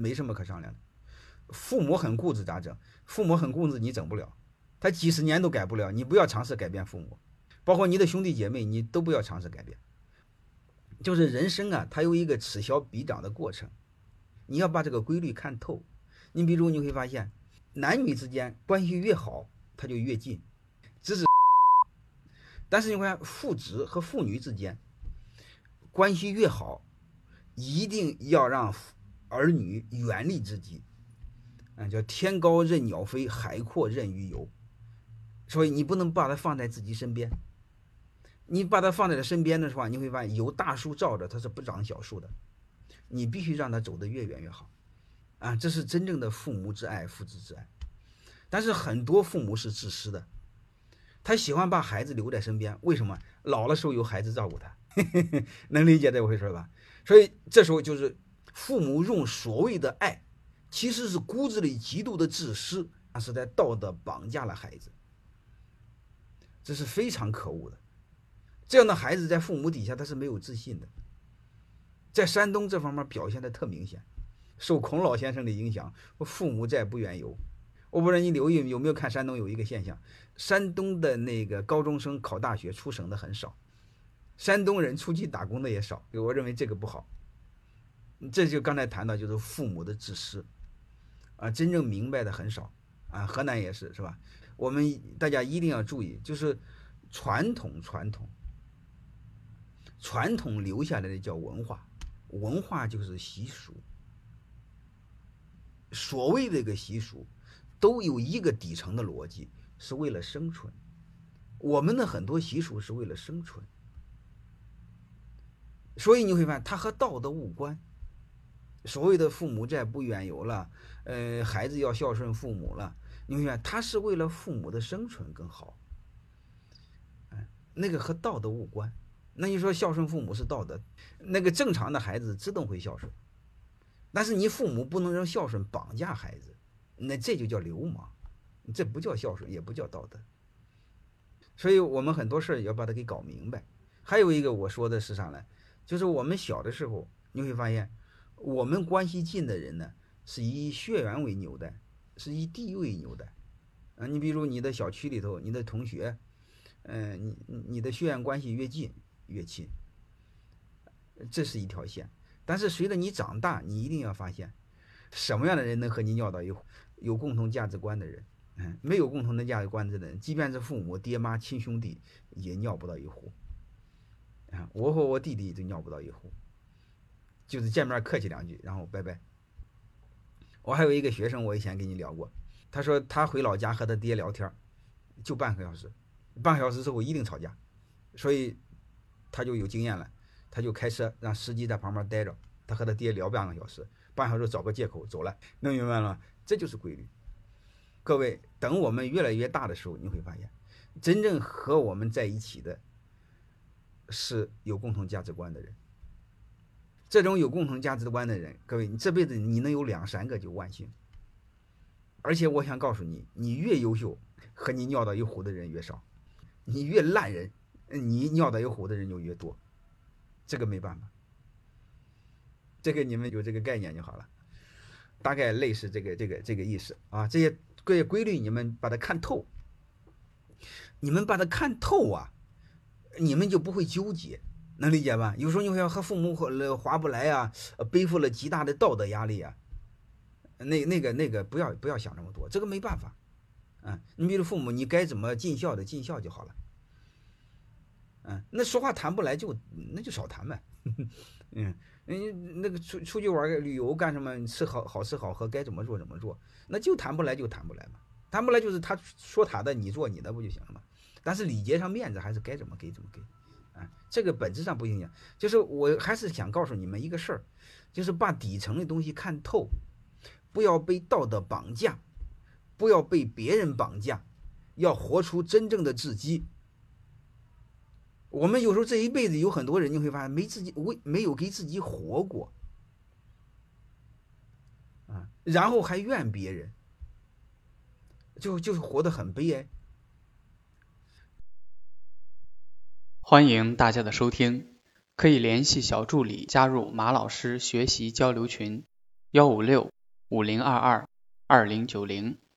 没什么可商量的。父母很固执咋整？父母很固执，你整不了，他几十年都改不了，你不要尝试改变父母，包括你的兄弟姐妹，你都不要尝试改变。就是人生啊，它有一个此消彼长的过程，你要把这个规律看透。你比如你会发现，男女之间关系越好，它就越近，但是你看父子和父女之间关系越好，一定要让儿女远离知己，叫天高任鸟飞，海阔任鱼游。所以你不能把它放在自己身边，你把它放在他身边的话，你会发现有大树罩着，它是不长小树的。你必须让它走得越远越好，这是真正的父母之爱，父子之爱。但是很多父母是自私的，他喜欢把孩子留在身边，为什么？老了时候有孩子照顾他，能理解这回事吧？所以这时候就是父母用所谓的爱，其实是骨子里极度的自私，是在道德绑架了孩子，这是非常可恶的。这样的孩子在父母底下他是没有自信的，在山东这方面表现的特明显，受孔老先生的影响，父母债不远游。我不知道你留意有没有看山东有一个现象，山东的那个高中生考大学出省的很少，山东人出去打工的也少，我认为这个不好。这就刚才谈到就是父母的自私真正明白的很少河南也是吧？我们大家一定要注意，就是传统留下来的叫文化，文化就是习俗。所谓的一个习俗都有一个底层的逻辑，是为了生存。我们的很多习俗是为了生存，所以你会发现它和道德无关。所谓的父母债不远游了，孩子要孝顺父母了，你会发现它是为了父母的生存更好，那个和道德无关。那你说孝顺父母是道德，那个正常的孩子自动会孝顺，但是你父母不能让孝顺绑架孩子，那这就叫流氓，这不叫孝顺，也不叫道德。所以我们很多事要把它给搞明白。还有一个我说的是啥呢？就是我们小的时候，你会发现我们关系近的人呢，是以血缘为纽带，是以地位纽带你比如你的小区里头，你的同学你的血缘关系越近越亲，这是一条线。但是随着你长大，你一定要发现什么样的人能和你尿到一壶，有共同价值观的人。没有共同的价值观的人，即便是父母、爹妈、亲兄弟，也尿不到一壶。我和我弟弟都尿不到一壶，就是见面客气两句，然后拜拜。我还有一个学生，我以前跟你聊过，他说他回老家和他爹聊天，就半个小时，半个小时之后一定吵架，所以他就有经验了，他就开车让司机在旁边待着，他和他爹聊半个小时，半小时找个借口走了，能明白了吗？这就是规律。各位，等我们越来越大的时候，你会发现，真正和我们在一起的是有共同价值观的人。这种有共同价值观的人，各位，你这辈子你能有2、3个就万幸。而且我想告诉你，你越优秀，和你尿到一壶的人越少；你越烂人，你尿到一壶的人就越多。这个没办法，这个你们有这个概念就好了。大概类似这个意思这些规律你们把它看透，你们把它看透你们就不会纠结，能理解吧？有时候你会和父母划不来背负了极大的道德压力那个不要想这么多，这个没办法你比如父母，你该怎么尽孝的尽孝就好了那说话谈不来那就少谈呗那个出去玩旅游干什么？吃好吃好喝，该怎么做怎么做，那就谈不来就谈不来嘛。谈不来就是他说他的，你做你的不就行了吗？但是礼节上面子还是该怎么给怎么给这个本质上不影响。就是我还是想告诉你们一个事儿，就是把底层的东西看透，不要被道德绑架，不要被别人绑架，要活出真正的自己。我们有时候这一辈子有很多人，你会发现没有给自己活过然后还怨别人，就是活得很悲哀。 欢迎大家的收听，可以联系小助理加入马老师学习交流群156 50222090。